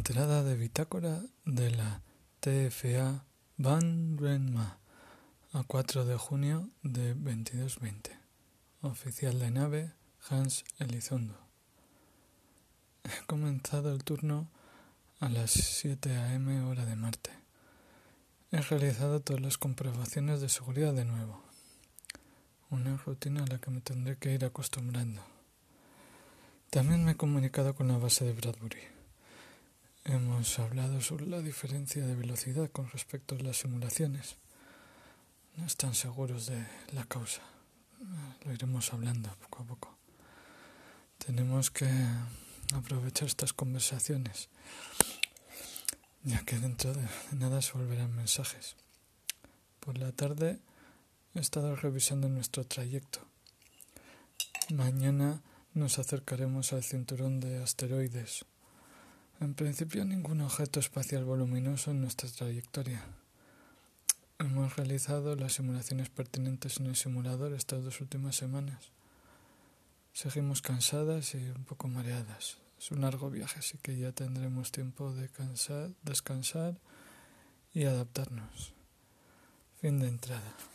Entrada de bitácora de la TFA Van Renma a 4 de junio de 2220. Oficial de nave Hans Elizondo. He comenzado el turno a las 7 a.m. hora de Marte. He realizado todas las comprobaciones de seguridad de nuevo. Una rutina a la que me tendré que ir acostumbrando. También me he comunicado con la base de Bradbury. Hemos hablado sobre la diferencia de velocidad con respecto a las simulaciones. No están seguros de la causa. Lo iremos hablando poco a poco. Tenemos que aprovechar estas conversaciones, ya que dentro de nada se volverán mensajes. Por la tarde he estado revisando nuestro trayecto. Mañana nos acercaremos al cinturón de asteroides. En principio, ningún objeto espacial voluminoso en nuestra trayectoria. Hemos realizado las simulaciones pertinentes en el simulador estas 2 últimas semanas. Seguimos cansadas y un poco mareadas. Es un largo viaje, así que ya tendremos tiempo de descansar y adaptarnos. Fin de entrada.